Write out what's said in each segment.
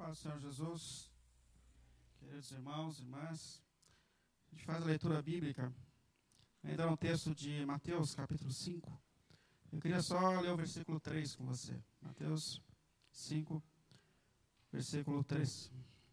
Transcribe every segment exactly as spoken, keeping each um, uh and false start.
Paz do Senhor Jesus, queridos irmãos, irmãs, a gente faz a leitura bíblica, ainda no texto de Mateus, capítulo cinco. Eu queria só ler o versículo três com você. Mateus cinco, versículo três.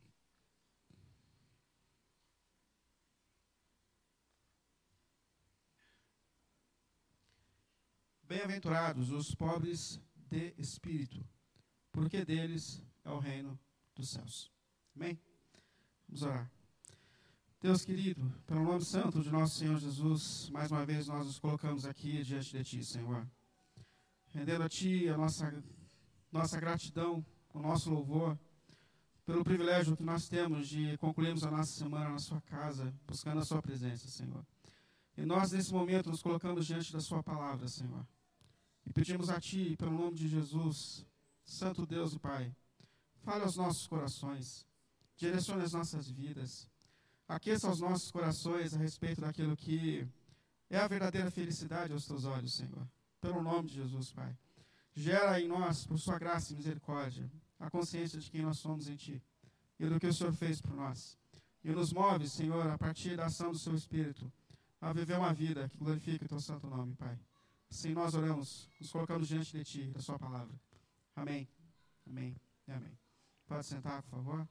Bem-aventurados os pobres de espírito, porque deles é o reino dos céus. Amém? Vamos orar. Deus querido, pelo nome santo de nosso Senhor Jesus, mais uma vez nós nos colocamos aqui diante de Ti, Senhor. Rendendo a Ti a nossa, nossa gratidão, o nosso louvor, pelo privilégio que nós temos de concluirmos a nossa semana na Sua casa, buscando a Sua presença, Senhor. E nós, nesse momento, nos colocamos diante da Sua palavra, Senhor. E pedimos a Ti, pelo nome de Jesus, Santo Deus e Pai, fale aos nossos corações, direcione as nossas vidas, aqueça os nossos corações a respeito daquilo que é a verdadeira felicidade aos Teus olhos, Senhor. Pelo nome de Jesus, Pai. Gera em nós, por Sua graça e misericórdia, a consciência de quem nós somos em Ti e do que o Senhor fez por nós. E nos move, Senhor, a partir da ação do Seu Espírito, a viver uma vida que glorifique o Teu santo nome, Pai. Assim nós oramos, nos colocamos diante de Ti, da Sua palavra. Amém, amém e amém. Pode sentar, por favor.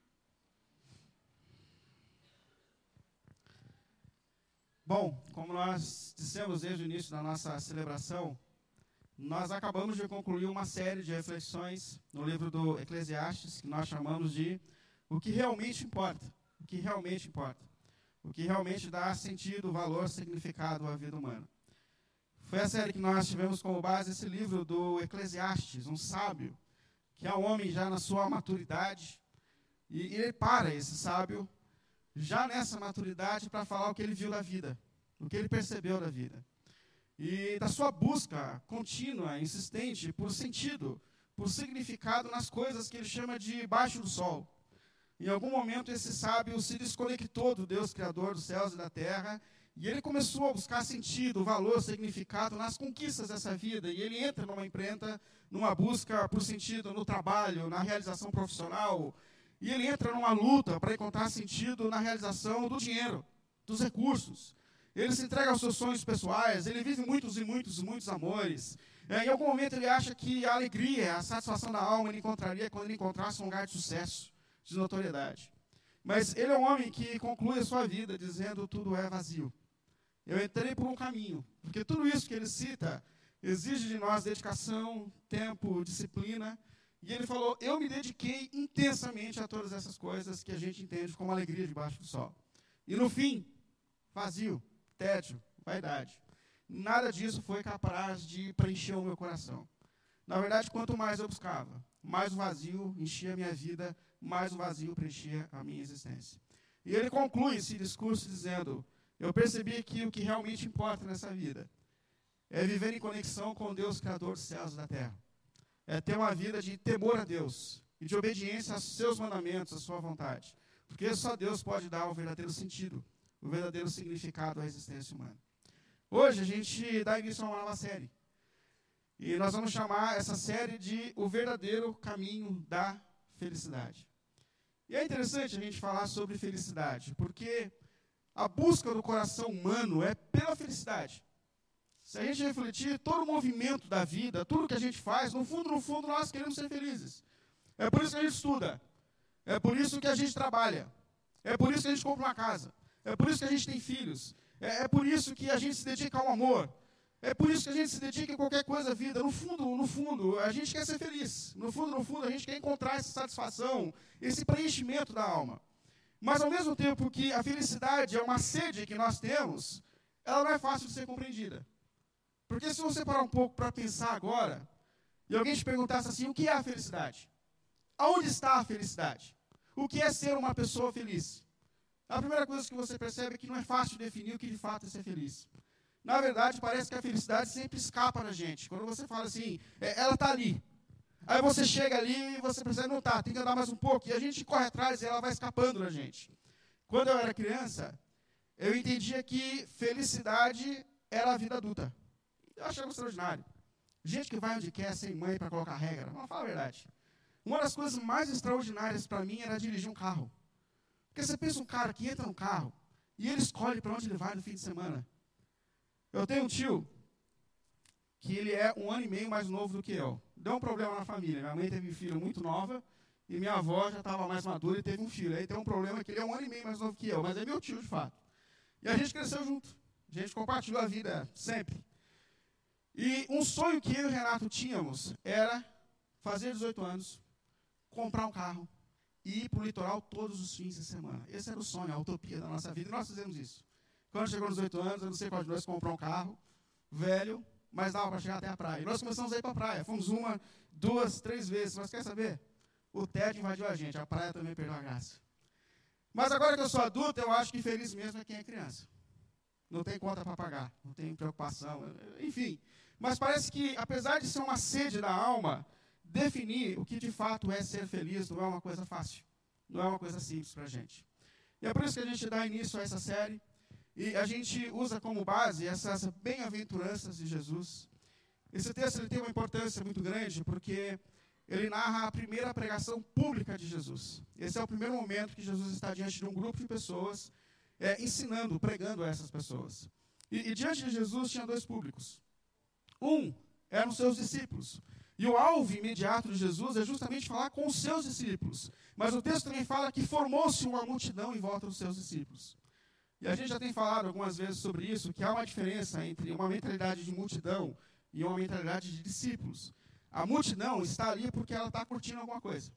Bom, como nós dissemos desde o início da nossa celebração, nós acabamos de concluir uma série de reflexões no livro do Eclesiastes, que nós chamamos de O que realmente importa. O que realmente importa. O que realmente dá sentido, valor, significado à vida humana. Foi a série que nós tivemos como base esse livro do Eclesiastes, um sábio, que é um homem já na sua maturidade, e ele para, esse sábio, já nessa maturidade, para falar o que ele viu da vida, o que ele percebeu da vida. E da sua busca contínua, insistente, por sentido, por significado nas coisas que ele chama de baixo do sol. Em algum momento, esse sábio se desconectou do Deus Criador dos céus e da terra, e ele começou a buscar sentido, valor, significado nas conquistas dessa vida. E ele entra numa empreita, numa busca por sentido no trabalho, na realização profissional. E ele entra numa luta para encontrar sentido na realização do dinheiro, dos recursos. Ele se entrega aos seus sonhos pessoais, ele vive muitos e muitos e muitos amores. É, em algum momento ele acha que a alegria, a satisfação da alma ele encontraria quando ele encontrasse um lugar de sucesso, de notoriedade. Mas ele é um homem que conclui a sua vida dizendo tudo é vazio. Eu entrei por um caminho, porque tudo isso que ele cita exige de nós dedicação, tempo, disciplina. E ele falou, eu me dediquei intensamente a todas essas coisas que a gente entende como alegria debaixo do sol. E no fim, vazio, tédio, vaidade. Nada disso foi capaz de preencher o meu coração. Na verdade, quanto mais eu buscava, mais o vazio enchia a minha vida, mais o vazio preenchia a minha existência. E ele conclui esse discurso dizendo, eu percebi que o que realmente importa nessa vida é viver em conexão com Deus, Criador dos céus e da terra. É ter uma vida de temor a Deus e de obediência aos seus mandamentos, à sua vontade. Porque só Deus pode dar o verdadeiro sentido, o verdadeiro significado à existência humana. Hoje a gente dá início a uma nova série. E nós vamos chamar essa série de O Verdadeiro Caminho da Felicidade. E é interessante a gente falar sobre felicidade, porque a busca do coração humano é pela felicidade. Se a gente refletir, todo o movimento da vida, tudo que a gente faz, no fundo, no fundo, nós queremos ser felizes. É por isso que a gente estuda. É por isso que a gente trabalha. É por isso que a gente compra uma casa. É por isso que a gente tem filhos. É, é por isso que a gente se dedica ao amor. É por isso que a gente se dedica em qualquer coisa da vida. No fundo, no fundo, a gente quer ser feliz. No fundo, no fundo, a gente quer encontrar essa satisfação, esse preenchimento da alma. Mas, ao mesmo tempo que a felicidade é uma sede que nós temos, ela não é fácil de ser compreendida. Porque se você parar um pouco para pensar agora, e alguém te perguntasse assim, o que é a felicidade? Aonde está a felicidade? O que é ser uma pessoa feliz? A primeira coisa que você percebe é que não é fácil definir o que de fato é ser feliz. Na verdade, parece que a felicidade sempre escapa da gente. Quando você fala assim, é, ela está ali. Aí você chega ali e você percebe, não está, tem que andar mais um pouco. E a gente corre atrás e ela vai escapando da gente. Quando eu era criança, eu entendia que felicidade era a vida adulta. Eu achava extraordinário. Gente que vai onde quer, sem mãe para colocar regra. Vamos falar a verdade. Uma das coisas mais extraordinárias para mim era dirigir um carro. Porque você pensa um cara que entra no carro e ele escolhe para onde ele vai no fim de semana. Eu tenho um tio que ele é um ano e meio mais novo do que eu. Deu um problema na família. Minha mãe teve um filho muito nova e minha avó já estava mais madura e teve um filho. Aí tem um problema que ele é um ano e meio mais novo que eu, mas é meu tio de fato. E a gente cresceu junto. A gente compartilhou a vida sempre. E um sonho que eu e o Renato tínhamos era fazer dezoito anos, comprar um carro e ir para o litoral todos os fins de semana. Esse era o sonho, a utopia da nossa vida, e nós fizemos isso. Quando chegou nos dezoito anos, eu não sei qual de nós comprou um carro velho, mas dava para chegar até a praia. E nós começamos a ir para a praia. Fomos uma, duas, três vezes. Mas quer saber? O tédio invadiu a gente, a praia também perdeu a graça. Mas agora que eu sou adulto, eu acho que feliz mesmo é quem é criança. Não tem conta para pagar, não tem preocupação, enfim. Mas parece que, apesar de ser uma sede da alma, definir o que de fato é ser feliz não é uma coisa fácil. Não é uma coisa simples para a gente. E é por isso que a gente dá início a essa série. E a gente usa como base essas bem-aventuranças de Jesus. Esse texto ele tem uma importância muito grande, porque ele narra a primeira pregação pública de Jesus. Esse é o primeiro momento que Jesus está diante de um grupo de pessoas, é, ensinando, pregando a essas pessoas. E, e diante de Jesus tinha dois públicos. Um eram os seus discípulos. E o alvo imediato de Jesus é justamente falar com os seus discípulos. Mas o texto também fala que formou-se uma multidão em volta dos seus discípulos. E a gente já tem falado algumas vezes sobre isso, que há uma diferença entre uma mentalidade de multidão e uma mentalidade de discípulos. A multidão está ali porque ela está curtindo alguma coisa.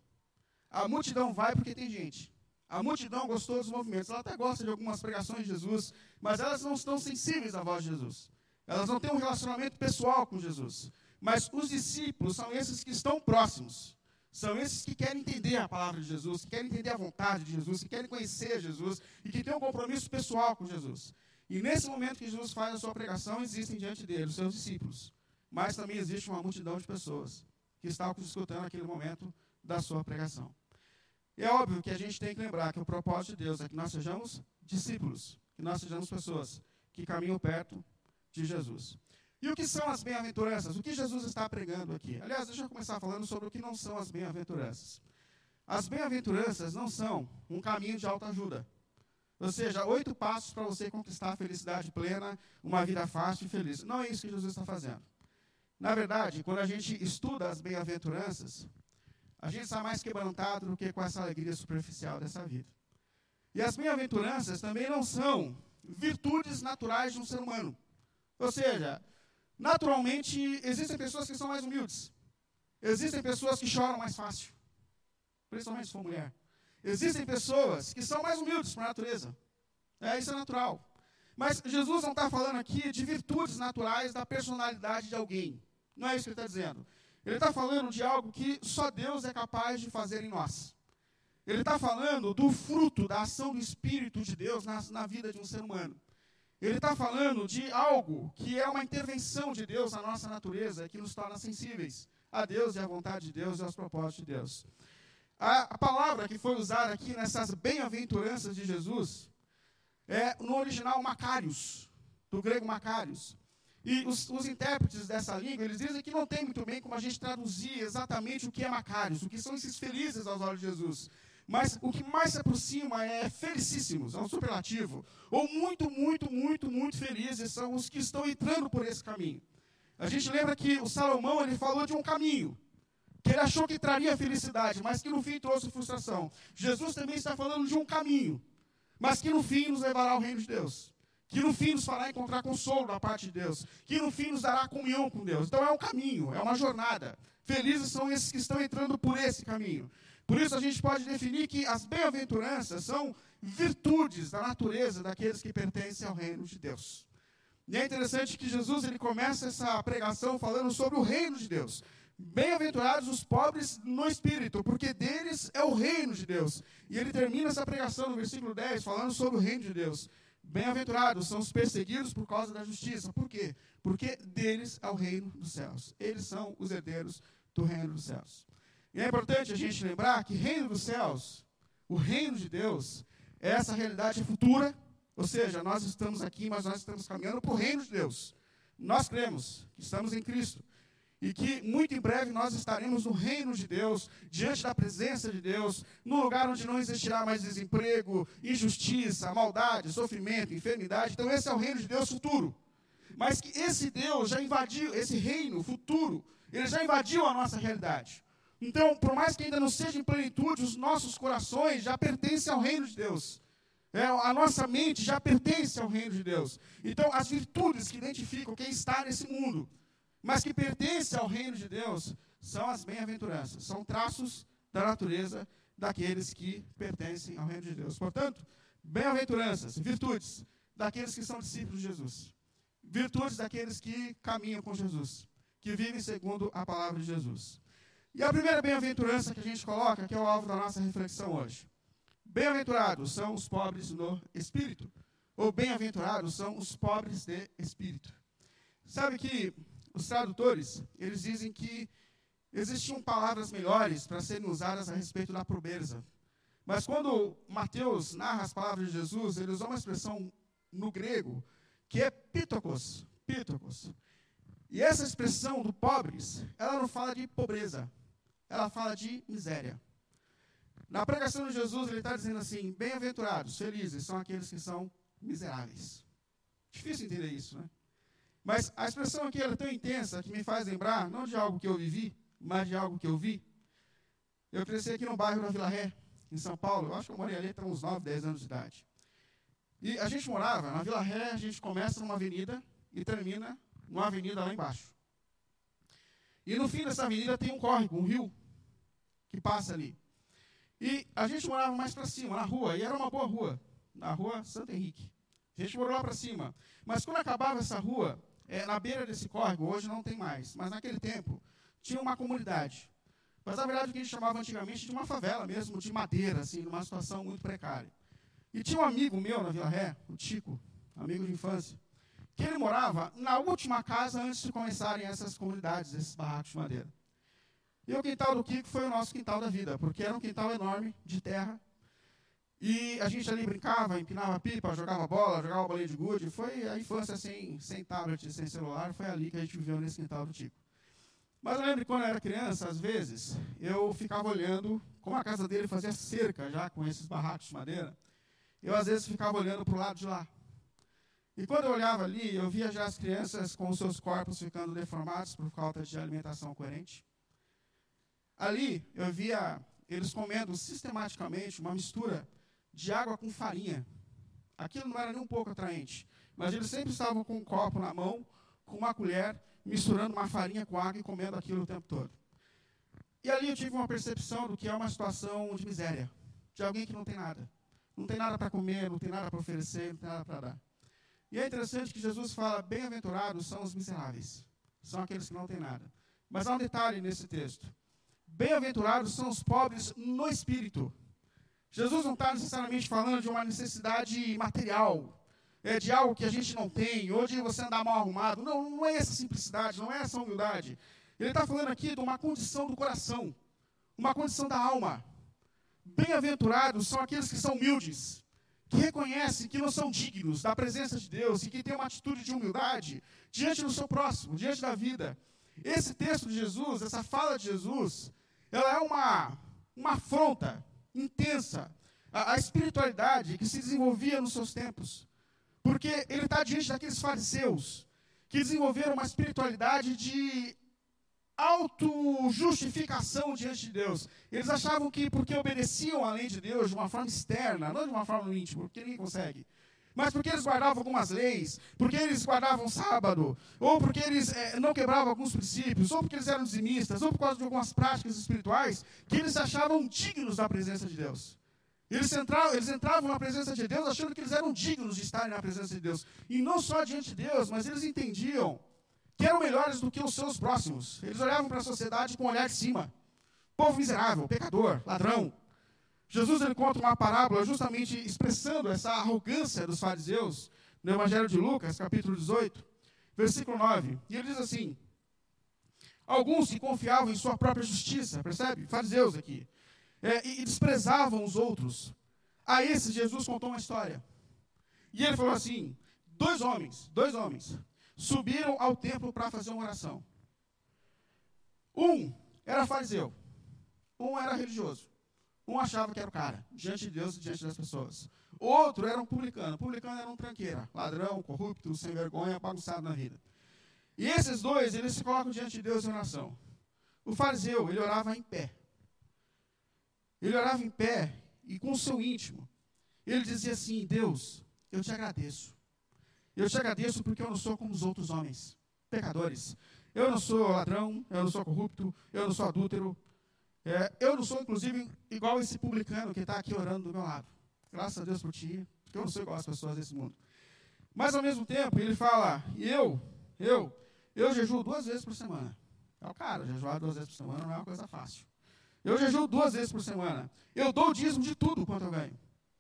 A multidão vai porque tem gente. A multidão gostou dos movimentos. Ela até gosta de algumas pregações de Jesus, mas elas não estão sensíveis à voz de Jesus. Elas não têm um relacionamento pessoal com Jesus. Mas os discípulos são esses que estão próximos. São esses que querem entender a palavra de Jesus, que querem entender a vontade de Jesus, que querem conhecer Jesus e que têm um compromisso pessoal com Jesus. E nesse momento que Jesus faz a sua pregação, existem diante dele os seus discípulos. Mas também existe uma multidão de pessoas que estavam escutando aquele momento da sua pregação. E é óbvio que a gente tem que lembrar que o propósito de Deus é que nós sejamos discípulos, que nós sejamos pessoas que caminham perto de Jesus. E o que são as bem-aventuranças? O que Jesus está pregando aqui? Aliás, deixa eu começar falando sobre o que não são as bem-aventuranças. As bem-aventuranças não são um caminho de autoajuda. Ou seja, oito passos para você conquistar a felicidade plena, uma vida fácil e feliz. Não é isso que Jesus está fazendo. Na verdade, quando a gente estuda as bem-aventuranças, a gente está mais quebrantado do que com essa alegria superficial dessa vida. E as bem-aventuranças também não são virtudes naturais de um ser humano. Ou seja, naturalmente, existem pessoas que são mais humildes. Existem pessoas que choram mais fácil. Principalmente se for mulher. Existem pessoas que são mais humildes por natureza. É, isso é natural. Mas Jesus não está falando aqui de virtudes naturais da personalidade de alguém. Não é isso que ele está dizendo. Ele está falando de algo que só Deus é capaz de fazer em nós. Ele está falando do fruto da ação do Espírito de Deus na, na vida de um ser humano. Ele está falando de algo que é uma intervenção de Deus na nossa natureza, que nos torna sensíveis a Deus e à vontade de Deus e aos propósitos de Deus. A, a palavra que foi usada aqui nessas bem-aventuranças de Jesus é, no original, Macários, do grego Macários. E os, os intérpretes dessa língua, eles dizem que não tem muito bem como a gente traduzir exatamente o que é Macários, o que são esses felizes aos olhos de Jesus. Mas o que mais se aproxima é felicíssimos, é um superlativo. Ou muito, muito, muito, muito felizes são os que estão entrando por esse caminho. A gente lembra que o Salomão ele falou de um caminho, que ele achou que traria felicidade, mas que no fim trouxe frustração. Jesus também está falando de um caminho, mas que no fim nos levará ao reino de Deus. Que no fim nos fará encontrar consolo da parte de Deus. Que no fim nos dará comunhão com Deus. Então é um caminho, é uma jornada. Felizes são esses que estão entrando por esse caminho. Por isso a gente pode definir que as bem-aventuranças são virtudes da natureza daqueles que pertencem ao reino de Deus. E é interessante que Jesus ele começa essa pregação falando sobre o reino de Deus. Bem-aventurados os pobres no espírito, porque deles é o reino de Deus. E ele termina essa pregação no versículo dez falando sobre o reino de Deus. Bem-aventurados são os perseguidos por causa da justiça. Por quê? Porque deles é o reino dos céus. Eles são os herdeiros do reino dos céus. E é importante a gente lembrar que reino dos céus, o reino de Deus, é essa realidade futura, ou seja, nós estamos aqui, mas nós estamos caminhando para o reino de Deus. Nós cremos que estamos em Cristo. e que muito em breve nós estaremos no reino de Deus, diante da presença de Deus, num lugar onde não existirá mais desemprego, injustiça, maldade, sofrimento, enfermidade. Então esse é o reino de Deus futuro. Mas que esse Deus já invadiu, esse reino futuro, ele já invadiu a nossa realidade. Então, por mais que ainda não seja em plenitude, os nossos corações já pertencem ao reino de Deus. É, a nossa mente já pertence ao reino de Deus. Então, as virtudes que identificam quem está nesse mundo, mas que pertencem ao reino de Deus, são as bem-aventuranças. São traços da natureza daqueles que pertencem ao reino de Deus. Portanto, bem-aventuranças, virtudes daqueles que são discípulos de Jesus. Virtudes daqueles que caminham com Jesus, que vivem segundo a palavra de Jesus. E a primeira bem-aventurança que a gente coloca, que é o alvo da nossa reflexão hoje. Bem-aventurados são os pobres no espírito, ou bem-aventurados são os pobres de espírito. Sabe que os tradutores, eles dizem que existiam palavras melhores para serem usadas a respeito da pobreza. Mas quando Mateus narra as palavras de Jesus, ele usou uma expressão no grego, que é pitokos, pitokos. E essa expressão do pobres, ela não fala de pobreza, ela fala de miséria. Na pregação de Jesus, ele está dizendo assim, bem-aventurados, felizes, são aqueles que são miseráveis. Difícil entender isso, né? Mas a expressão aqui ela é tão intensa que me faz lembrar, não de algo que eu vivi, mas de algo que eu vi. Eu cresci aqui no bairro da Vila Ré, em São Paulo. Eu acho que eu morei ali até uns nove, dez anos de idade. E a gente morava, na Vila Ré, a gente começa numa avenida e termina numa avenida lá embaixo. E no fim dessa avenida tem um córrego, um rio, que passa ali. E a gente morava mais para cima, na rua, e era uma boa rua, na rua Santo Henrique. A gente morou lá para cima. Mas quando acabava essa rua, é, na beira desse córrego, hoje não tem mais, mas naquele tempo, tinha uma comunidade. Mas, na verdade, o que a gente chamava antigamente de uma favela mesmo, de madeira, assim, numa situação muito precária. E tinha um amigo meu na Vila Ré, o Tico, amigo de infância, que ele morava na última casa antes de começarem essas comunidades, esses barracos de madeira. E o quintal do Kiko foi o nosso quintal da vida, porque era um quintal enorme, de terra. E a gente ali brincava, empinava pipa, jogava bola, jogava bolinha de gude. Foi a infância sem, sem tablet, sem celular, foi ali que a gente viveu nesse quintal do Tico. Mas eu lembro que quando eu era criança, às vezes, eu ficava olhando, como a casa dele fazia cerca já com esses barracos de madeira, eu às vezes ficava olhando para o lado de lá. E quando eu olhava ali, eu via já as crianças com os seus corpos ficando deformados por falta de alimentação coerente. Ali, eu via eles comendo sistematicamente uma mistura de água com farinha. Aquilo não era nem um pouco atraente, mas eles sempre estavam com um copo na mão, com uma colher, misturando uma farinha com água e comendo aquilo o tempo todo. E ali eu tive uma percepção do que é uma situação de miséria, de alguém que não tem nada. Não tem nada para comer, não tem nada para oferecer, não tem nada para dar. E é interessante que Jesus fala, bem-aventurados são os miseráveis, são aqueles que não têm nada. Mas há um detalhe nesse texto. Bem-aventurados são os pobres no espírito. Jesus não está necessariamente falando de uma necessidade material, é, de algo que a gente não tem, ou de você andar mal arrumado. Não, não é essa simplicidade, não é essa humildade. Ele está falando aqui de uma condição do coração, uma condição da alma. Bem-aventurados são aqueles que são humildes, que reconhecem que não são dignos da presença de Deus e que têm uma atitude de humildade diante do seu próximo, diante da vida. Esse texto de Jesus, essa fala de Jesus, ela é uma, uma afronta intensa à, à espiritualidade que se desenvolvia nos seus tempos. Porque ele está diante daqueles fariseus que desenvolveram uma espiritualidade de autojustificação diante de Deus. Eles achavam que porque obedeciam à lei de Deus de uma forma externa, não de uma forma íntima, porque ninguém consegue, mas porque eles guardavam algumas leis, porque eles guardavam sábado, ou porque eles é, não quebravam alguns princípios, ou porque eles eram dizimistas, ou por causa de algumas práticas espirituais, que eles se achavam dignos da presença de Deus. Eles entravam, eles entravam na presença de Deus achando que eles eram dignos de estarem na presença de Deus. E não só diante de Deus, mas eles entendiam que eram melhores do que os seus próximos. Eles olhavam para a sociedade com um olhar de cima. Povo miserável, pecador, ladrão. Jesus ele conta uma parábola justamente expressando essa arrogância dos fariseus no Evangelho de Lucas, capítulo dezoito, versículo nove. E ele diz assim, alguns que confiavam em sua própria justiça, percebe? Fariseus aqui. É, e, e desprezavam os outros. A esses Jesus contou uma história. E ele falou assim, dois homens, dois homens, subiram ao templo para fazer uma oração. Um era fariseu. Um era religioso. Um achava que era o cara, diante de Deus e diante das pessoas. Outro era um publicano. O publicano era um tranqueira, ladrão, corrupto, sem vergonha, bagunçado na vida. E esses dois, eles se colocam diante de Deus em oração. O fariseu, ele orava em pé. Ele orava em pé e com o seu íntimo. Ele dizia assim: Deus, eu te agradeço. Eu te agradeço porque eu não sou como os outros homens, pecadores. Eu não sou ladrão, eu não sou corrupto, eu não sou adúltero. É, eu não sou, inclusive, igual esse publicano que está aqui orando do meu lado. Graças a Deus por ti, porque eu não sou igual às pessoas desse mundo. Mas, ao mesmo tempo, ele fala: eu, eu, eu jejuo duas vezes por semana. É o cara, jejuar duas vezes por semana não é uma coisa fácil. Eu jejuo duas vezes por semana. Eu dou o dízimo de tudo quanto eu ganho.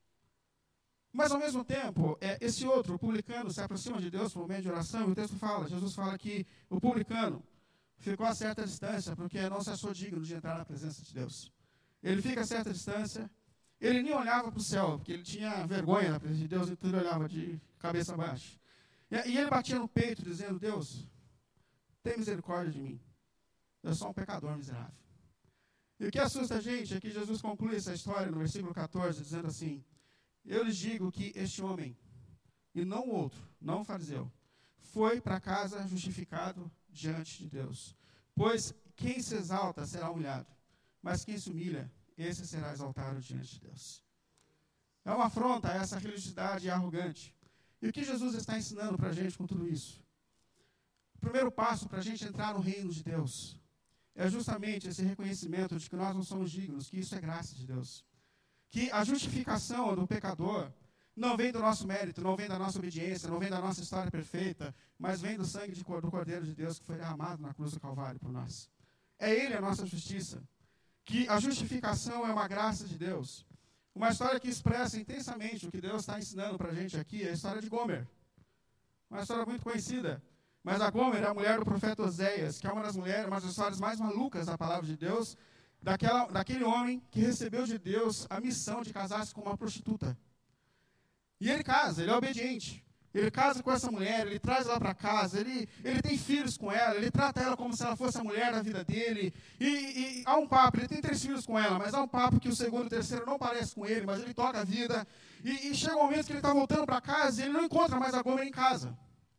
Mas, ao mesmo tempo, é, esse outro, o publicano, se aproxima de Deus por meio de oração, e o texto fala, Jesus fala que o publicano ficou a certa distância, porque não se achou digno de entrar na presença de Deus. Ele fica a certa distância, ele nem olhava para o céu, porque ele tinha vergonha da presença de Deus, então ele olhava de cabeça baixa. E, e ele batia no peito, dizendo: Deus, tem misericórdia de mim. Eu sou um pecador miserável. E o que assusta a gente é que Jesus conclui essa história no versículo catorze, dizendo assim: eu lhes digo que este homem, e não o outro, não o fariseu, foi para casa justificado diante de Deus. Pois quem se exalta será humilhado, mas quem se humilha, esse será exaltado diante de Deus. É uma afronta a essa religiosidade arrogante. E o que Jesus está ensinando para a gente com tudo isso? O primeiro passo para a gente entrar no reino de Deus é justamente esse reconhecimento de que nós não somos dignos, que isso é graça de Deus. Que a justificação do pecador não vem do nosso mérito, não vem da nossa obediência, não vem da nossa história perfeita, mas vem do sangue de, do Cordeiro de Deus que foi derramado na cruz do Calvário por nós. É Ele a nossa justiça. Que a justificação é uma graça de Deus. Uma história que expressa intensamente o que Deus está ensinando para a gente aqui é a história de Gomer. Uma história muito conhecida. Mas a Gomer é a mulher do profeta Oséias, que é uma das mulheres, uma das histórias mais malucas da palavra de Deus, daquela, daquele homem que recebeu de Deus a missão de casar-se com uma prostituta. E ele casa, ele é obediente. Ele casa com essa mulher, ele traz ela para casa, ele, ele tem filhos com ela, ele trata ela como se ela fosse a mulher da vida dele. E, e há um papo, ele tem três filhos com ela, mas há um papo que o segundo e o terceiro não parece com ele, mas ele toca a vida. E, e chega um momento que ele está voltando para casa e ele não encontra mais a Gomer em casa.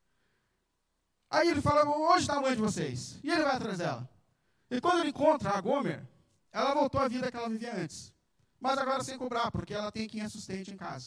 Aí ele fala: hoje está a mãe de vocês. E ele vai atrás dela. E quando ele encontra a Gomer, ela voltou à vida que ela vivia antes. Mas agora sem cobrar, porque ela tem quem a sustente em casa.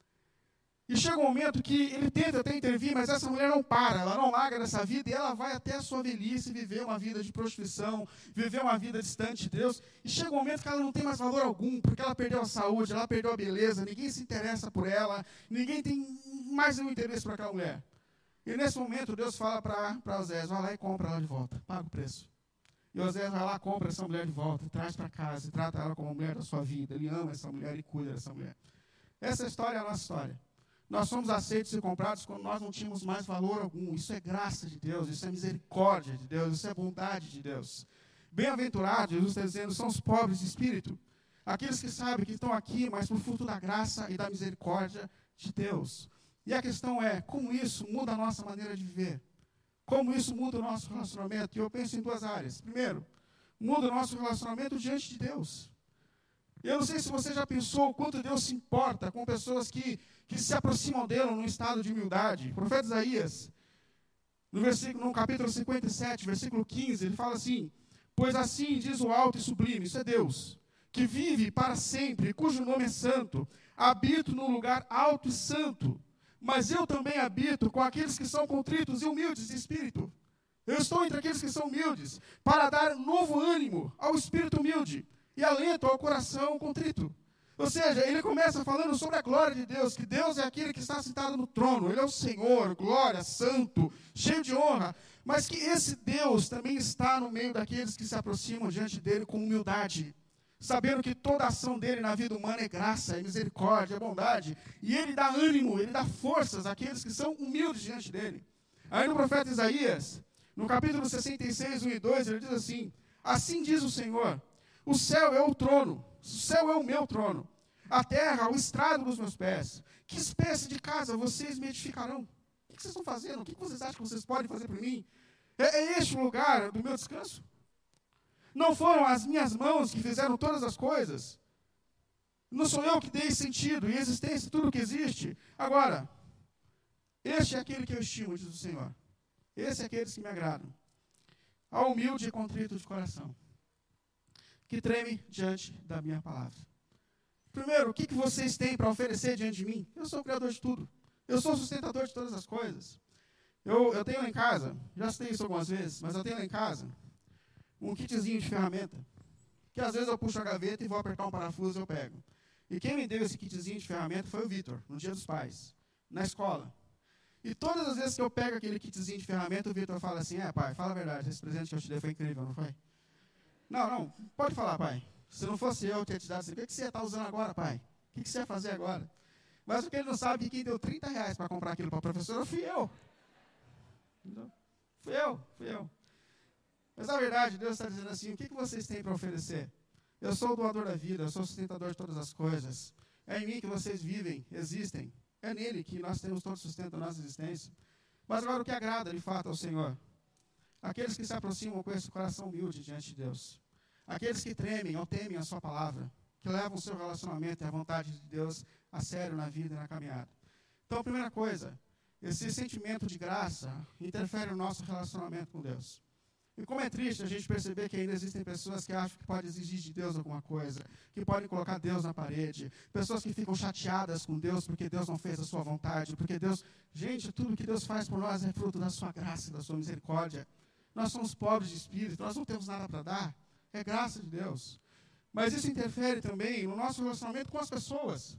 E chega um momento que ele tenta até intervir, mas essa mulher não para, ela não larga dessa vida, e ela vai até a sua velhice viver uma vida de prostituição, viver uma vida distante de Deus. E chega um momento que ela não tem mais valor algum, porque ela perdeu a saúde, ela perdeu a beleza, ninguém se interessa por ela, ninguém tem mais nenhum interesse por aquela mulher. E nesse momento Deus fala para Oséias: vai lá e compra ela de volta, paga o preço. E Oséias vai lá, compra essa mulher de volta, traz para casa, e trata ela como a mulher da sua vida. Ele ama essa mulher e cuida dessa mulher. Essa história é a nossa história. Nós somos aceitos e comprados quando nós não tínhamos mais valor algum. Isso é graça de Deus, isso é misericórdia de Deus, isso é bondade de Deus. Bem-aventurados, Jesus está dizendo, são os pobres de espírito, aqueles que sabem que estão aqui, mas por fruto da graça e da misericórdia de Deus. E a questão é, como isso muda a nossa maneira de viver? Como isso muda o nosso relacionamento? E eu penso em duas áreas. Primeiro, muda o nosso relacionamento diante de Deus. Eu não sei se você já pensou o quanto Deus se importa com pessoas que, que se aproximam dele num estado de humildade. O profeta Isaías, no, versículo, no capítulo cinquenta e sete, versículo quinze, ele fala assim: pois assim diz o alto e sublime, isso é Deus, que vive para sempre, cujo nome é santo, habito num lugar alto e santo, mas eu também habito com aqueles que são contritos e humildes de espírito. Eu estou entre aqueles que são humildes, para dar novo ânimo ao espírito humilde e alento ao coração contrito. Ou seja, ele começa falando sobre a glória de Deus, que Deus é aquele que está sentado no trono, ele é o Senhor, glória, santo, cheio de honra, mas que esse Deus também está no meio daqueles que se aproximam diante dele com humildade, sabendo que toda a ação dele na vida humana é graça, é misericórdia, é bondade, e ele dá ânimo, ele dá forças àqueles que são humildes diante dele. Aí no profeta Isaías, no capítulo sessenta e seis, um e dois, ele diz assim: assim diz o Senhor, o céu é o trono, o céu é o meu trono, a terra o estrado dos meus pés. Que espécie de casa vocês me edificarão? O que vocês estão fazendo? O que vocês acham que vocês podem fazer por mim? É, é este o lugar do meu descanso? Não foram as minhas mãos que fizeram todas as coisas? Não sou eu que dei sentido e existência a tudo que existe? Agora, este é aquele que eu estimo, diz o Senhor. Esse é aqueles que me agradam. Ao humilde e contrito de coração, que treme diante da minha palavra. Primeiro, o que, que vocês têm para oferecer diante de mim? Eu sou o criador de tudo. Eu sou o sustentador de todas as coisas. Eu, eu tenho lá em casa, já citei isso algumas vezes, mas eu tenho lá em casa um kitzinho de ferramenta, que às vezes eu puxo a gaveta e vou apertar um parafuso e eu pego. E quem me deu esse kitzinho de ferramenta foi o Vitor, no Dia dos Pais, na escola. E todas as vezes que eu pego aquele kitzinho de ferramenta, o Vitor fala assim, é pai, fala a verdade, esse presente que eu te dei foi incrível, não foi? Não, não, pode falar, pai. Se não fosse eu que ia te dar, assim, o que, que você está usando agora, pai? O que, que você ia fazer agora? Mas o que ele não sabe é que quem deu trinta reais para comprar aquilo para a professora fui eu. Então, fui eu, fui eu. Mas na verdade, Deus está dizendo assim, o que, que vocês têm para oferecer? Eu sou o doador da vida, eu sou o sustentador de todas as coisas. É em mim que vocês vivem, existem. É nele que nós temos todo o sustento da nossa existência. Mas agora o que agrada, de fato, ao Senhor? Aqueles que se aproximam com esse coração humilde diante de Deus. Aqueles que tremem ou temem a sua palavra. Que levam o seu relacionamento e a vontade de Deus a sério na vida e na caminhada. Então, a primeira coisa, esse sentimento de graça interfere no nosso relacionamento com Deus. E como é triste a gente perceber que ainda existem pessoas que acham que podem exigir de Deus alguma coisa, que podem colocar Deus na parede, pessoas que ficam chateadas com Deus porque Deus não fez a sua vontade, porque Deus... Gente, tudo que Deus faz por nós é fruto da sua graça e da sua misericórdia. Nós somos pobres de espírito, nós não temos nada para dar, é graça de Deus. Mas isso interfere também no nosso relacionamento com as pessoas.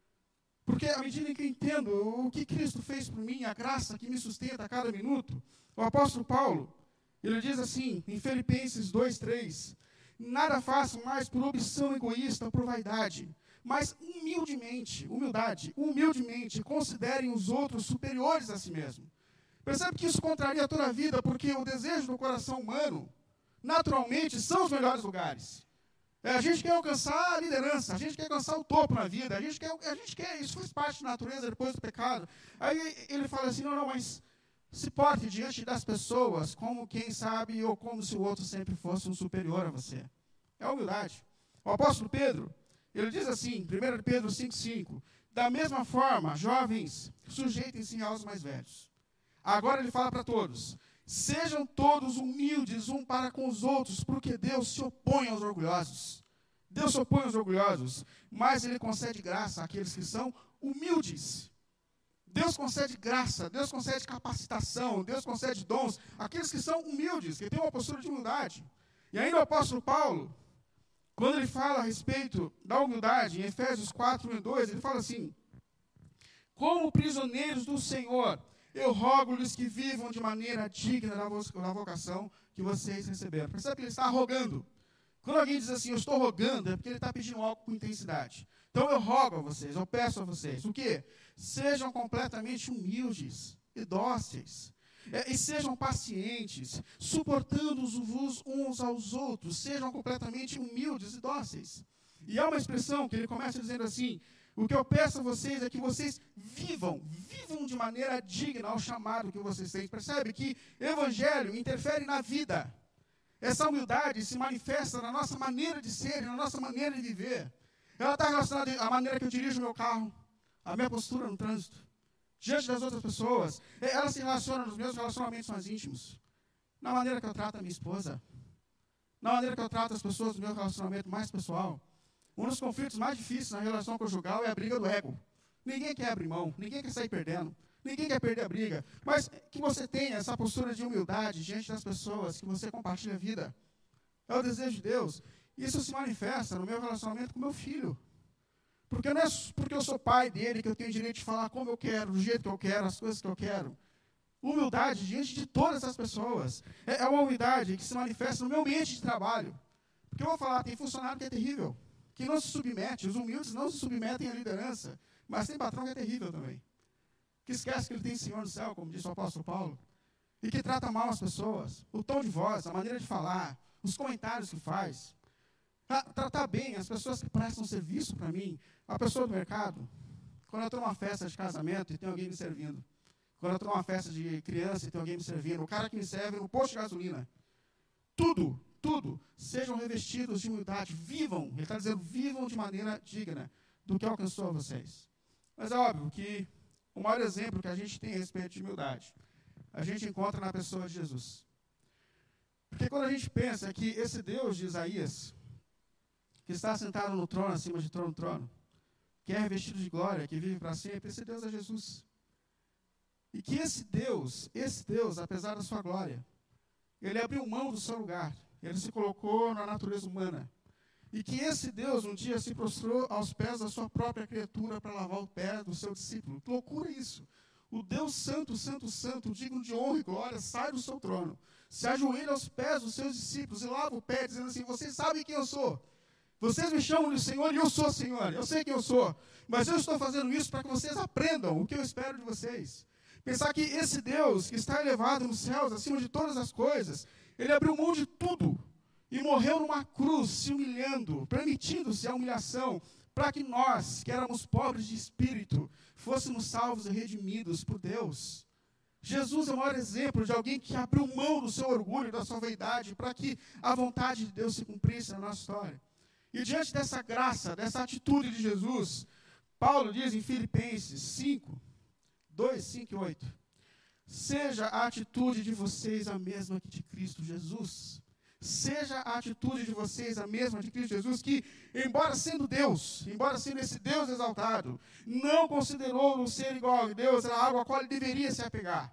Porque à medida em que eu entendo o que Cristo fez por mim, a graça que me sustenta a cada minuto, o apóstolo Paulo, ele diz assim, em Filipenses dois, três, nada façam mais por ambição egoísta ou por vaidade, mas humildemente, humildade, humildemente, considerem os outros superiores a si mesmo. Percebe que isso contraria toda a vida, porque o desejo do coração humano, naturalmente, são os melhores lugares. É, a gente quer alcançar a liderança, a gente quer alcançar o topo na vida, a gente quer, a gente quer, isso faz parte da natureza depois do pecado. Aí ele fala assim, não, não, mas se porte diante das pessoas como quem sabe ou como se o outro sempre fosse um superior a você. É a humildade. O apóstolo Pedro, ele diz assim, primeiro Pedro cinco, cinco, da mesma forma, jovens, sujeitem-se aos mais velhos. Agora ele fala para todos, sejam todos humildes um para com os outros, porque Deus se opõe aos orgulhosos. Deus se opõe aos orgulhosos, mas ele concede graça àqueles que são humildes. Deus concede graça, Deus concede capacitação, Deus concede dons àqueles que são humildes, que têm uma postura de humildade. E ainda o apóstolo Paulo, quando ele fala a respeito da humildade, em Efésios quatro, um e dois, ele fala assim, como prisioneiros do Senhor, eu rogo-lhes que vivam de maneira digna da, vo da vocação que vocês receberam. Percebe que ele está rogando. Quando alguém diz assim, eu estou rogando, é porque ele está pedindo algo com intensidade. Então eu rogo a vocês, eu peço a vocês, o quê? Sejam completamente humildes e dóceis. É, e sejam pacientes, suportando-vos uns aos outros. Sejam completamente humildes e dóceis. E há uma expressão que ele começa dizendo assim, o que eu peço a vocês é que vocês vivam, vivam de maneira digna ao chamado que vocês têm. Percebe que evangelho interfere na vida. Essa humildade se manifesta na nossa maneira de ser, na nossa maneira de viver. Ela está relacionada à maneira que eu dirijo o meu carro, à minha postura no trânsito, diante das outras pessoas. Ela se relaciona nos meus relacionamentos mais íntimos, na maneira que eu trato a minha esposa, na maneira que eu trato as pessoas do meu relacionamento mais pessoal. Um dos conflitos mais difíceis na relação conjugal é a briga do ego. Ninguém quer abrir mão, ninguém quer sair perdendo, ninguém quer perder a briga. Mas que você tenha essa postura de humildade diante das pessoas que você compartilha a vida. É o desejo de Deus. Isso se manifesta no meu relacionamento com meu filho. Porque não é porque eu sou pai dele que eu tenho direito de falar como eu quero, do jeito que eu quero, as coisas que eu quero. Humildade diante de todas as pessoas. É uma humildade que se manifesta no meu ambiente de trabalho. Porque eu vou falar, tem funcionário que é terrível, que não se submete, os humildes não se submetem à liderança, mas tem patrão que é terrível também. Que esquece que ele tem Senhor no céu, como disse o apóstolo Paulo, e que trata mal as pessoas, o tom de voz, a maneira de falar, os comentários que faz. Tratar bem as pessoas que prestam serviço para mim, a pessoa do mercado. Quando eu estou numa festa de casamento e tem alguém me servindo. Quando eu estou numa festa de criança e tem alguém me servindo. O cara que me serve no posto de gasolina. Tudo tudo, sejam revestidos de humildade, vivam, ele está dizendo, vivam de maneira digna do que alcançou a vocês. Mas é óbvio que o maior exemplo que a gente tem a respeito de humildade, a gente encontra na pessoa de Jesus. Porque quando a gente pensa que esse Deus de Isaías, que está sentado no trono, acima de todo trono, que é revestido de glória, que vive para sempre, esse Deus é Jesus. E que esse Deus, esse Deus, apesar da sua glória, ele abriu mão do seu lugar, ele se colocou na natureza humana. E que esse Deus um dia se prostrou aos pés da sua própria criatura para lavar o pé do seu discípulo. Que loucura isso! O Deus santo, santo, santo, digno de honra e glória, sai do seu trono, se ajoelha aos pés dos seus discípulos e lava o pé, dizendo assim, vocês sabem quem eu sou. Vocês me chamam de Senhor e eu sou Senhor. Eu sei quem eu sou. Mas eu estou fazendo isso para que vocês aprendam o que eu espero de vocês. Pensar que esse Deus que está elevado nos céus, acima de todas as coisas, ele abriu mão de tudo e morreu numa cruz, se humilhando, permitindo-se a humilhação, para que nós, que éramos pobres de espírito, fôssemos salvos e redimidos por Deus. Jesus é o maior exemplo de alguém que abriu mão do seu orgulho e da sua vaidade para que a vontade de Deus se cumprisse na nossa história. E diante dessa graça, dessa atitude de Jesus, Paulo diz em Filipenses cinco, dois, cinco e oito, seja a atitude de vocês a mesma que de Cristo Jesus. Seja a atitude de vocês a mesma de Cristo Jesus, que, embora sendo Deus, embora sendo esse Deus exaltado, não considerou no ser igual a Deus era algo a qual ele deveria se apegar.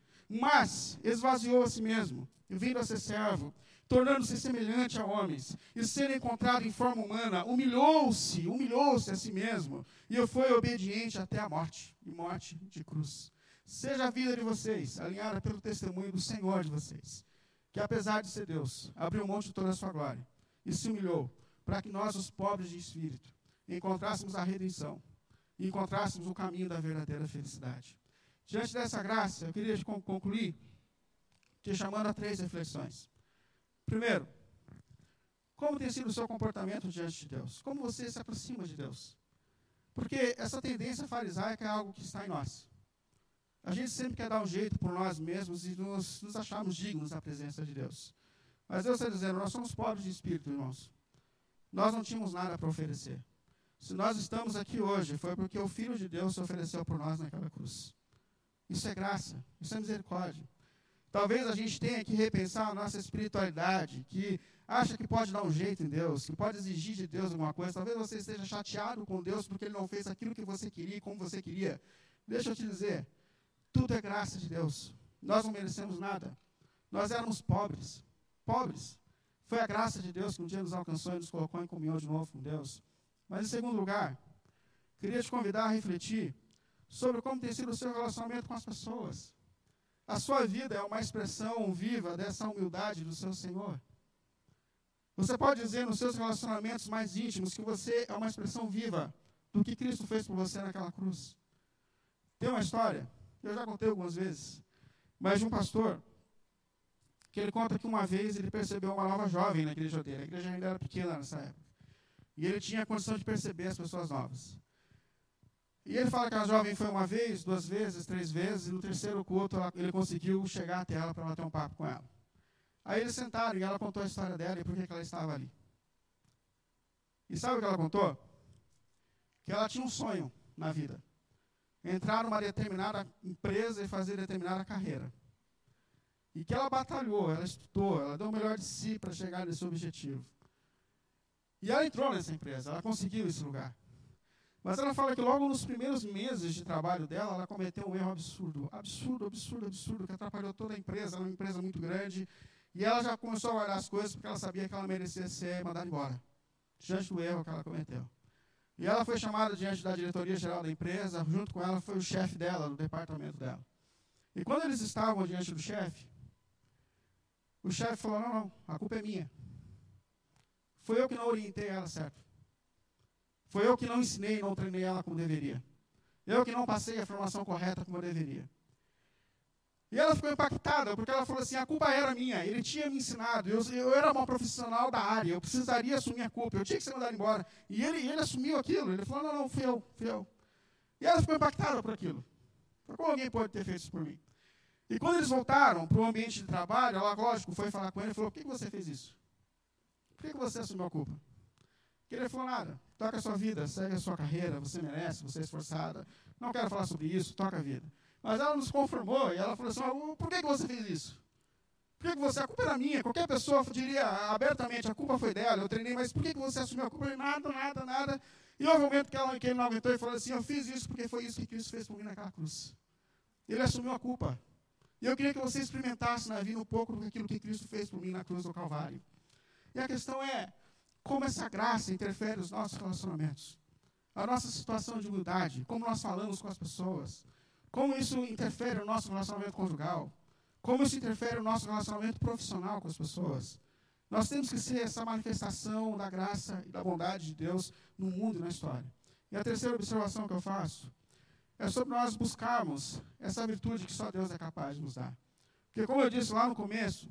Mas esvaziou a si mesmo, vindo a ser servo, tornando-se semelhante a homens, e sendo encontrado em forma humana, humilhou-se, humilhou-se a si mesmo, e foi obediente até a morte, e morte de cruz. Seja a vida de vocês alinhada pelo testemunho do Senhor de vocês, que apesar de ser Deus, abriu mão de toda a sua glória, e se humilhou, para que nós, os pobres de espírito, encontrássemos a redenção, e encontrássemos o caminho da verdadeira felicidade. Diante dessa graça, eu queria concluir te chamando a três reflexões. Primeiro, como tem sido o seu comportamento diante de Deus? Como você se aproxima de Deus? Porque essa tendência farisaica é algo que está em nós. A gente sempre quer dar um jeito por nós mesmos e nos, nos acharmos dignos da presença de Deus. Mas Deus está dizendo, nós somos pobres de espírito, irmãos. Nós não tínhamos nada para oferecer. Se nós estamos aqui hoje, foi porque o Filho de Deus se ofereceu por nós naquela cruz. Isso é graça, isso é misericórdia. Talvez a gente tenha que repensar a nossa espiritualidade, que acha que pode dar um jeito em Deus, que pode exigir de Deus alguma coisa. Talvez você esteja chateado com Deus porque Ele não fez aquilo que você queria e como você queria. Deixa eu te dizer, tudo é graça de Deus. Nós não merecemos nada. Nós éramos pobres. Pobres. Foi a graça de Deus que um dia nos alcançou e nos colocou em comunhão de novo com Deus. Mas, em segundo lugar, queria te convidar a refletir sobre como tem sido o seu relacionamento com as pessoas. A sua vida é uma expressão viva dessa humildade do seu Senhor. Você pode dizer nos seus relacionamentos mais íntimos que você é uma expressão viva do que Cristo fez por você naquela cruz. Tem uma história, eu já contei algumas vezes, mas de um pastor, que ele conta que uma vez ele percebeu uma nova jovem na igreja dele. A igreja ainda era pequena nessa época. E ele tinha a condição de perceber as pessoas novas. E ele fala que a jovem foi uma vez, duas vezes, três vezes, e no terceiro culto ela, ele conseguiu chegar até ela para bater um papo com ela. Aí eles sentaram e ela contou a história dela e por que ela estava ali. E sabe o que ela contou? Que ela tinha um sonho na vida. Entrar numa determinada empresa e fazer determinada carreira. E que ela batalhou, ela estudou, ela deu o melhor de si para chegar nesse objetivo. E ela entrou nessa empresa, ela conseguiu esse lugar. Mas ela fala que logo nos primeiros meses de trabalho dela, ela cometeu um erro absurdo. Absurdo, absurdo, absurdo, que atrapalhou toda a empresa, era uma empresa muito grande. E ela já começou a guardar as coisas porque ela sabia que ela merecia ser mandada embora, diante do erro que ela cometeu. E ela foi chamada diante da diretoria geral da empresa, junto com ela foi o chefe dela, do departamento dela. E quando eles estavam diante do chefe, o chefe falou, não, não, a culpa é minha. Foi eu que não orientei ela certo. Foi eu que não ensinei e não treinei ela como deveria. Eu que não passei a formação correta como eu deveria. E ela ficou impactada, porque ela falou assim, a culpa era minha, ele tinha me ensinado, eu, eu era uma profissional da área, eu precisaria assumir a culpa, eu tinha que ser mandado embora. E ele, ele assumiu aquilo, ele falou, não, não, fui eu, fui eu. E ela ficou impactada por aquilo. Como alguém pode ter feito isso por mim? E quando eles voltaram para o ambiente de trabalho, ela, lógico, foi falar com ele e falou, por que você fez isso? Por que, que você assumiu a culpa? Porque ele falou nada. Toca a sua vida, segue a sua carreira, você merece, você é esforçada. Não quero falar sobre isso, toca a vida. Mas ela nos conformou e ela falou assim, ah, por que, que você fez isso? Por que, que você, a culpa era minha? Qualquer pessoa diria abertamente, a culpa foi dela, eu treinei, mas por que, que você assumiu a culpa? Eu falei, nada, nada, nada. E houve um momento que, ela, que ele não aguentou e falou assim, eu fiz isso porque foi isso que Cristo fez por mim naquela cruz. Ele assumiu a culpa. E eu queria que você experimentasse na vida um pouco daquilo que Cristo fez por mim na cruz do Calvário. E a questão é, como essa graça interfere nos nossos relacionamentos. A nossa situação de humildade, como nós falamos com as pessoas, como isso interfere no nosso relacionamento conjugal, como isso interfere no nosso relacionamento profissional com as pessoas. Nós temos que ser essa manifestação da graça e da bondade de Deus no mundo e na história. E a terceira observação que eu faço é sobre nós buscarmos essa virtude que só Deus é capaz de nos dar. Porque, como eu disse lá no começo,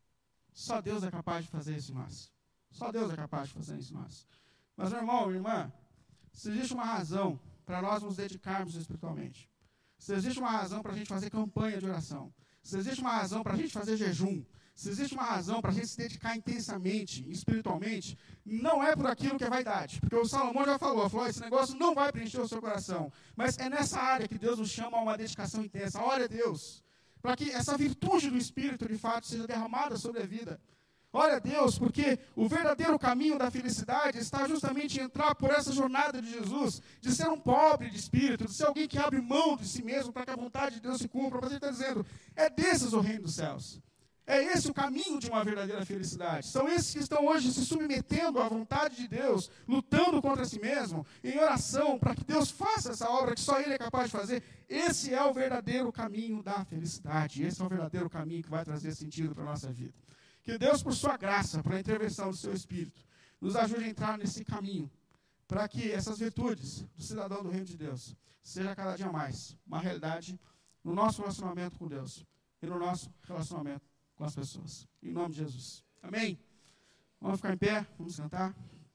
só Deus é capaz de fazer isso em nós. Só Deus é capaz de fazer isso em nós. Mas, meu irmão, minha irmã, se existe uma razão para nós nos dedicarmos espiritualmente, se existe uma razão para a gente fazer campanha de oração, se existe uma razão para a gente fazer jejum, se existe uma razão para a gente se dedicar intensamente, espiritualmente, não é por aquilo que é vaidade. Porque o Salomão já falou, falou, esse negócio não vai preencher o seu coração. Mas é nessa área que Deus nos chama a uma dedicação intensa. Ore a Deus, para que essa virtude do Espírito, de fato, seja derramada sobre a vida. Ore a Deus, porque o verdadeiro caminho da felicidade está justamente em entrar por essa jornada de Jesus, de ser um pobre de espírito, de ser alguém que abre mão de si mesmo para que a vontade de Deus se cumpra. Mas ele está dizendo, é desses o reino dos céus. É esse o caminho de uma verdadeira felicidade. São esses que estão hoje se submetendo à vontade de Deus, lutando contra si mesmo, em oração, para que Deus faça essa obra que só Ele é capaz de fazer. Esse é o verdadeiro caminho da felicidade. Esse é o verdadeiro caminho que vai trazer sentido para a nossa vida. Que Deus, por sua graça, por a intervenção do seu Espírito, nos ajude a entrar nesse caminho, para que essas virtudes do cidadão do reino de Deus seja cada dia mais uma realidade no nosso relacionamento com Deus e no nosso relacionamento com as pessoas. Em nome de Jesus. Amém? Vamos ficar em pé, vamos cantar.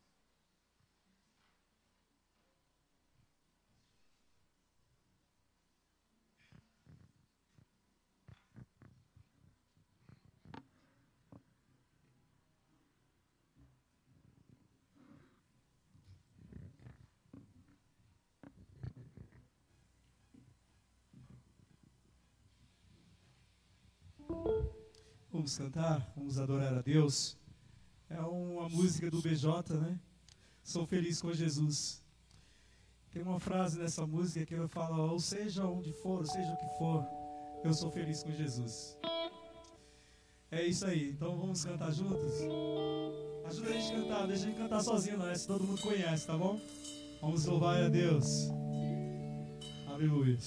Vamos cantar, vamos adorar a Deus. É uma música do B J, né? Sou feliz com Jesus. Tem uma frase nessa música que fala, ou seja onde for, ou seja o que for, eu sou feliz com Jesus. É isso aí, então vamos cantar juntos? Ajuda a gente a cantar, deixa a gente cantar sozinho, não é? Se todo mundo conhece, tá bom? Vamos louvar a Deus. Aleluia.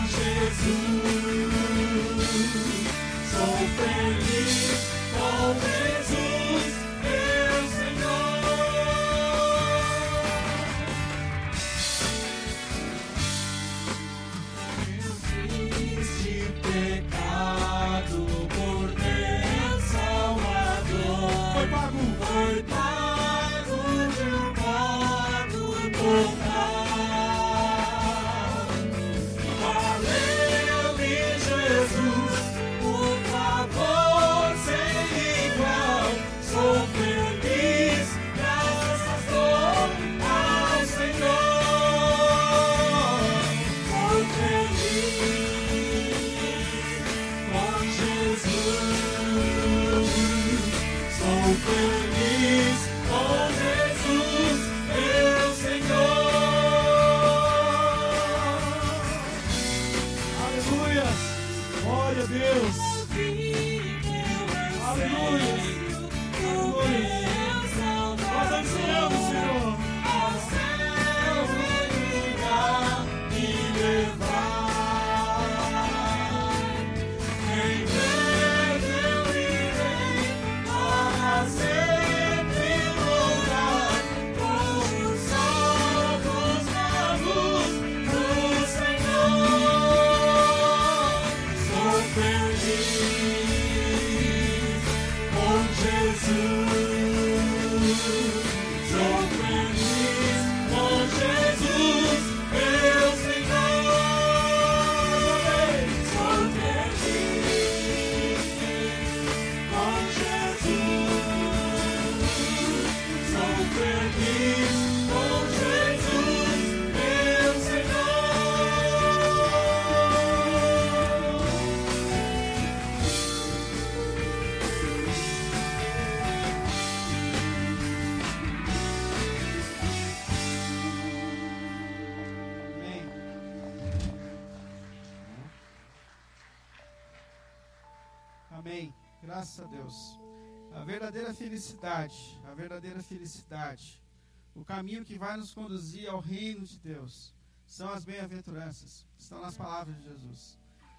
Amém. Graças a Deus. A verdadeira felicidade, a verdadeira felicidade, o caminho que vai nos conduzir ao reino de Deus, são as bem-aventuranças, estão nas palavras de Jesus.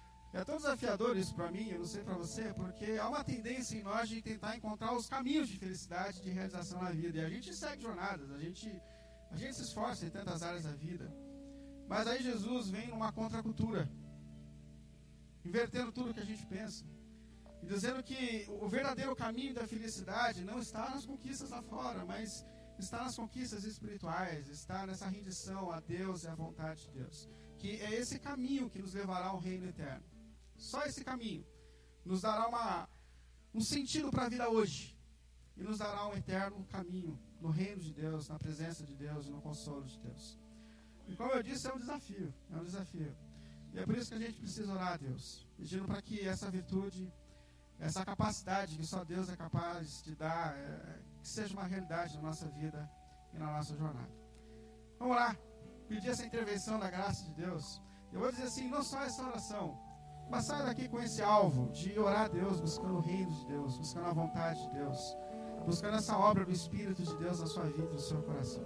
É tão desafiador isso para mim, eu não sei para você, porque há uma tendência em nós de tentar encontrar os caminhos de felicidade, de realização na vida. E a gente segue jornadas, a gente, a gente se esforça em tantas áreas da vida. Mas aí Jesus vem numa contracultura, invertendo tudo o que a gente pensa. E dizendo que o verdadeiro caminho da felicidade não está nas conquistas lá fora, mas está nas conquistas espirituais, está nessa rendição a Deus e à vontade de Deus. Que é esse caminho que nos levará ao reino eterno. Só esse caminho nos dará uma, um sentido para a vida hoje. E nos dará um eterno caminho no reino de Deus, na presença de Deus e no consolo de Deus. E como eu disse, é um desafio, é um desafio. E é por isso que a gente precisa orar a Deus, pedindo para que essa virtude, essa capacidade que só Deus é capaz de dar, é, que seja uma realidade na nossa vida e na nossa jornada. Vamos lá, pedir essa intervenção da graça de Deus. Eu vou dizer assim, não só essa oração, mas saia daqui com esse alvo de orar a Deus, buscando o reino de Deus, buscando a vontade de Deus, buscando essa obra do Espírito de Deus na sua vida e no seu coração.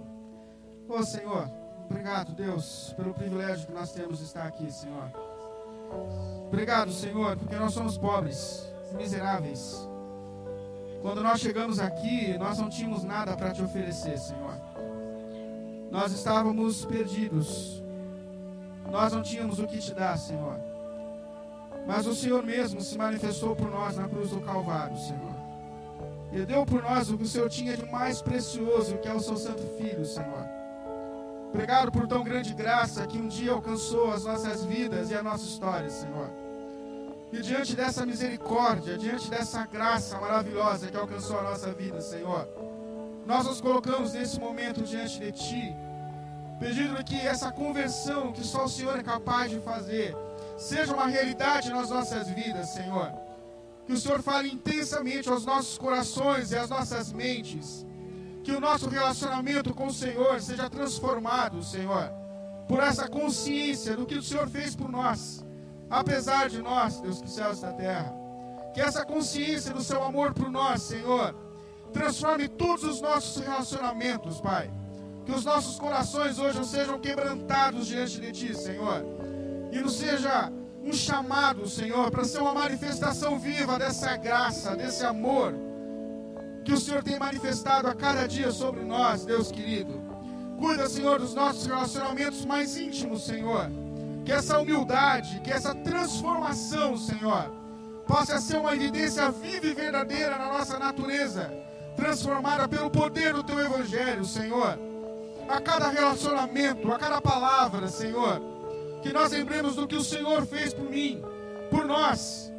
Ô Senhor, obrigado, Deus, pelo privilégio que nós temos de estar aqui, Senhor. Obrigado, Senhor, porque nós somos pobres, miseráveis. Quando nós chegamos aqui, nós não tínhamos nada para te oferecer, Senhor. Nós estávamos perdidos. Nós não tínhamos o que te dar, Senhor. Mas o Senhor mesmo se manifestou por nós na cruz do Calvário, Senhor. E deu por nós o que o Senhor tinha de mais precioso, que é o seu Santo Filho, Senhor. Obrigado por tão grande graça que um dia alcançou as nossas vidas e a nossa história, Senhor. E diante dessa misericórdia, diante dessa graça maravilhosa que alcançou a nossa vida, Senhor, nós nos colocamos nesse momento diante de Ti, pedindo que essa conversão que só o Senhor é capaz de fazer, seja uma realidade nas nossas vidas, Senhor. Que o Senhor fale intensamente aos nossos corações e às nossas mentes. Que o nosso relacionamento com o Senhor seja transformado, Senhor, por essa consciência do que o Senhor fez por nós, apesar de nós, Deus dos céus e da terra. Que essa consciência do seu amor por nós, Senhor, transforme todos os nossos relacionamentos, Pai. Que os nossos corações hoje sejam quebrantados diante de Ti, Senhor. e nos seja um chamado, Senhor, para ser uma manifestação viva dessa graça, desse amor que o Senhor tem manifestado a cada dia sobre nós, Deus querido. Cuida, Senhor, dos nossos relacionamentos mais íntimos, Senhor. Que essa humildade, que essa transformação, Senhor, possa ser uma evidência viva e verdadeira na nossa natureza, transformada pelo poder do Teu Evangelho, Senhor. A cada relacionamento, a cada palavra, Senhor, que nós lembremos do que o Senhor fez por mim, por nós,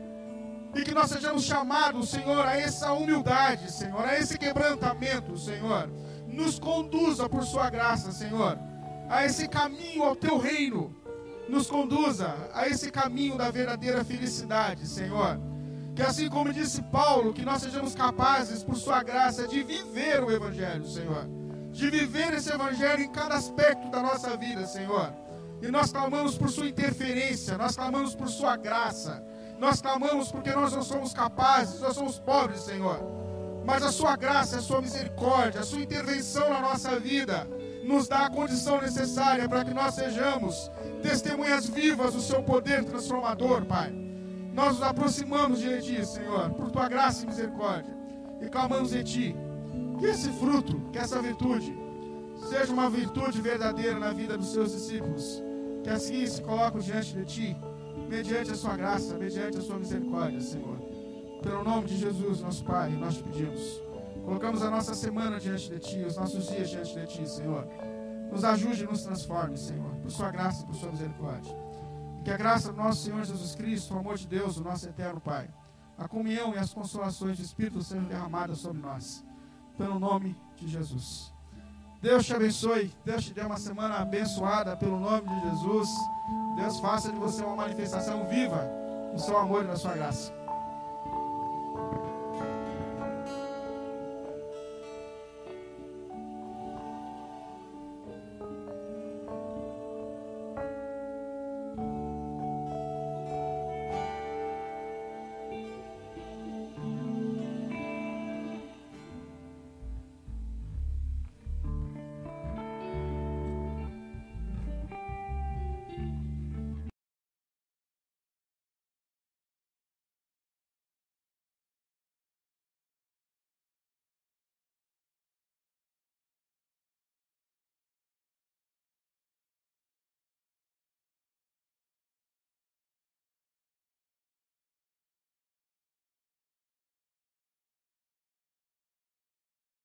e que nós sejamos chamados, Senhor, a essa humildade, Senhor, a esse quebrantamento, Senhor. Nos conduza por Sua graça, Senhor, a esse caminho ao Teu reino. Nos conduza a esse caminho da verdadeira felicidade, Senhor. Que assim como disse Paulo, que nós sejamos capazes, por Sua graça, de viver o Evangelho, Senhor. De viver esse Evangelho em cada aspecto da nossa vida, Senhor. E nós clamamos por Sua interferência, nós clamamos por Sua graça. Nós clamamos porque nós não somos capazes, nós somos pobres, Senhor. Mas a Sua graça, a Sua misericórdia, a Sua intervenção na nossa vida nos dá a condição necessária para que nós sejamos testemunhas vivas do Seu poder transformador, Pai. Nós nos aproximamos de Ti, Senhor, por Tua graça e misericórdia, e clamamos em Ti que esse fruto, que essa virtude, seja uma virtude verdadeira na vida dos Seus discípulos, que assim se colocam diante de Ti, mediante a Sua graça, mediante a Sua misericórdia, Senhor. Pelo nome de Jesus, nosso Pai, nós te pedimos. Colocamos a nossa semana diante de Ti, os nossos dias diante de Ti, Senhor. Nos ajude e nos transforme, Senhor, por Sua graça e por Sua misericórdia. E que a graça do nosso Senhor Jesus Cristo, o amor de Deus, o nosso eterno Pai, a comunhão e as consolações do Espírito sejam derramadas sobre nós. Pelo nome de Jesus. Deus te abençoe. Deus te dê uma semana abençoada pelo nome de Jesus. Deus faça de você uma manifestação viva do seu amor e da sua graça.